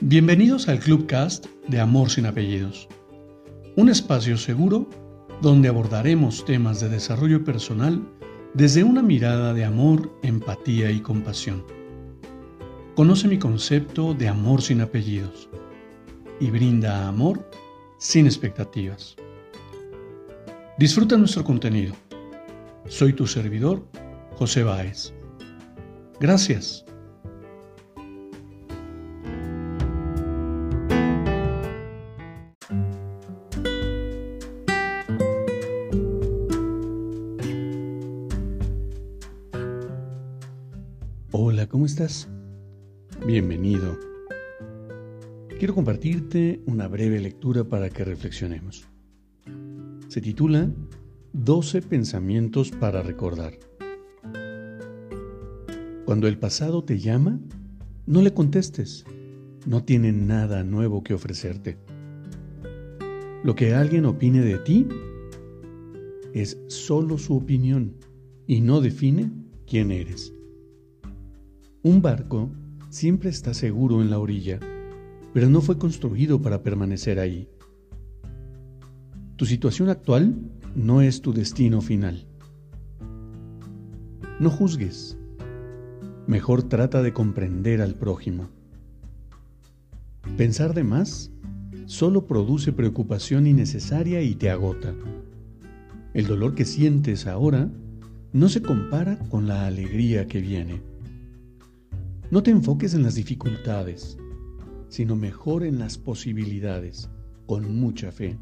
Bienvenidos al Clubcast de Amor sin Apellidos, un espacio seguro donde abordaremos temas de desarrollo personal desde una mirada de amor, empatía y compasión. Conoce mi concepto de amor sin apellidos y brinda amor sin expectativas. Disfruta nuestro contenido. Soy tu servidor, José Báez. Gracias. Hola, ¿cómo estás? Bienvenido. Quiero compartirte una breve lectura para que reflexionemos. Se titula 12 pensamientos para recordar. Cuando el pasado te llama, no le contestes. No tiene nada nuevo que ofrecerte. Lo que alguien opine de ti es solo su opinión y no define quién eres. Un barco siempre está seguro en la orilla, pero no fue construido para permanecer ahí. Tu situación actual no es tu destino final. No juzgues. Mejor trata de comprender al prójimo. Pensar de más solo produce preocupación innecesaria y te agota. El dolor que sientes ahora no se compara con la alegría que viene. No te enfoques en las dificultades, sino mejor en las posibilidades, con mucha fe.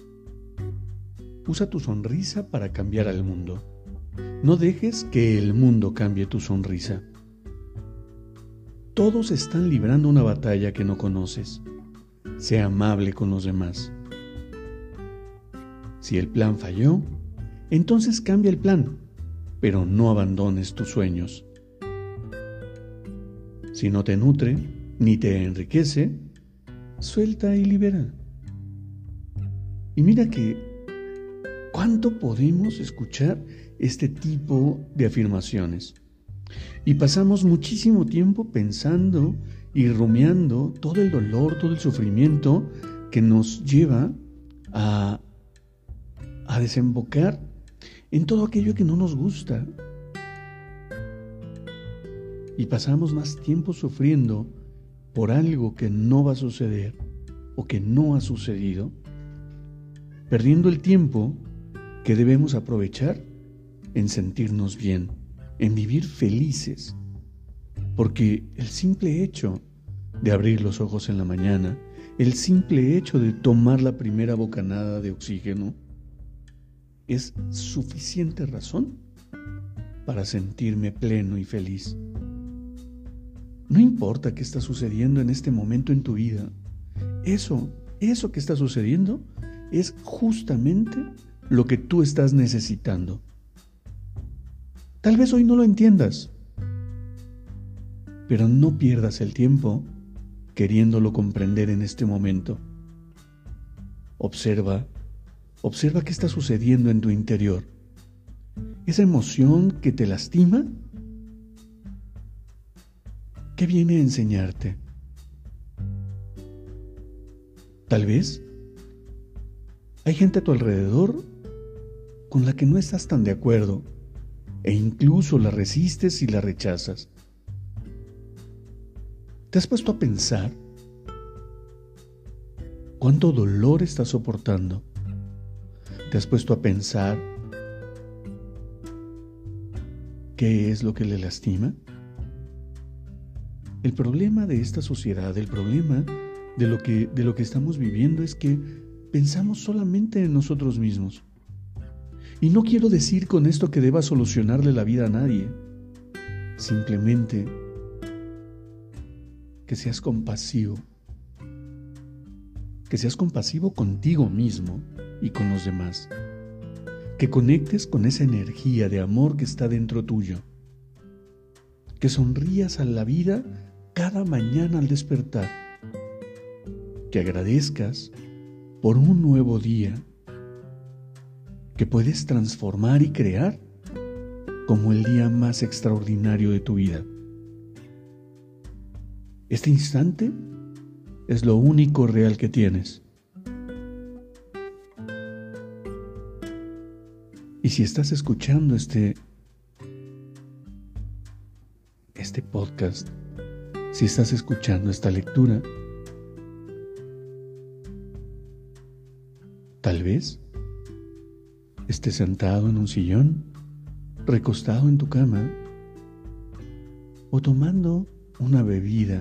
Usa tu sonrisa para cambiar al mundo. No dejes que el mundo cambie tu sonrisa. Todos están librando una batalla que no conoces. Sé amable con los demás. Si el plan falló, entonces cambia el plan, pero no abandones tus sueños. Si no te nutre ni te enriquece, suelta y libera. Y mira que cuánto podemos escuchar este tipo de afirmaciones. Y pasamos muchísimo tiempo pensando y rumiando todo el dolor, todo el sufrimiento que nos lleva a desembocar en todo aquello que no nos gusta. Y pasamos más tiempo sufriendo por algo que no va a suceder o que no ha sucedido, perdiendo el tiempo que debemos aprovechar en sentirnos bien, en vivir felices, porque el simple hecho de abrir los ojos en la mañana, el simple hecho de tomar la primera bocanada de oxígeno, es suficiente razón para sentirme pleno y feliz. No importa qué está sucediendo en este momento en tu vida, eso que está sucediendo es justamente lo que tú estás necesitando. Tal vez hoy no lo entiendas, pero no pierdas el tiempo queriéndolo comprender en este momento. Observa qué está sucediendo en tu interior. Esa emoción que te lastima, ¿qué viene a enseñarte? Tal vez hay gente a tu alrededor con la que no estás tan de acuerdo e incluso la resistes y la rechazas. ¿Te has puesto a pensar cuánto dolor estás soportando? ¿Te has puesto a pensar qué es lo que le lastima? El problema de esta sociedad, el problema de lo que estamos viviendo es que pensamos solamente en nosotros mismos. Y no quiero decir con esto que debas solucionarle la vida a nadie. Simplemente que seas compasivo. Que seas compasivo contigo mismo y con los demás. Que conectes con esa energía de amor que está dentro tuyo. Que sonrías a la vida cada mañana al despertar. Que agradezcas por un nuevo día que puedes transformar y crear como el día más extraordinario de tu vida. Este instante es lo único real que tienes. Y si estás escuchando este podcast, si estás escuchando esta lectura, tal vez estés sentado en un sillón, recostado en tu cama o tomando una bebida.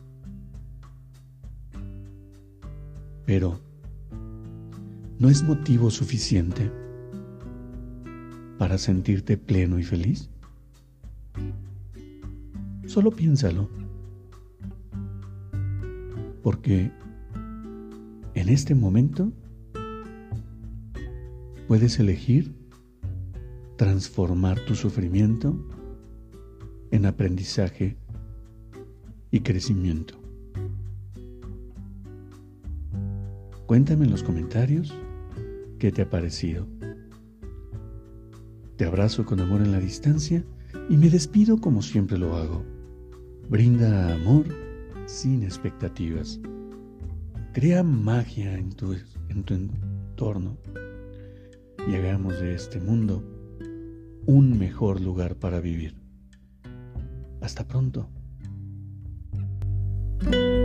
Pero ¿no es motivo suficiente para sentirte pleno y feliz? Solo piénsalo, porque en este momento puedes elegir transformar tu sufrimiento en aprendizaje y crecimiento. Cuéntame en los comentarios qué te ha parecido. Te abrazo con amor en la distancia y me despido como siempre lo hago. Brinda amor sin expectativas. Crea magia en tu entorno y hagamos de este mundo un mejor lugar para vivir. Hasta pronto.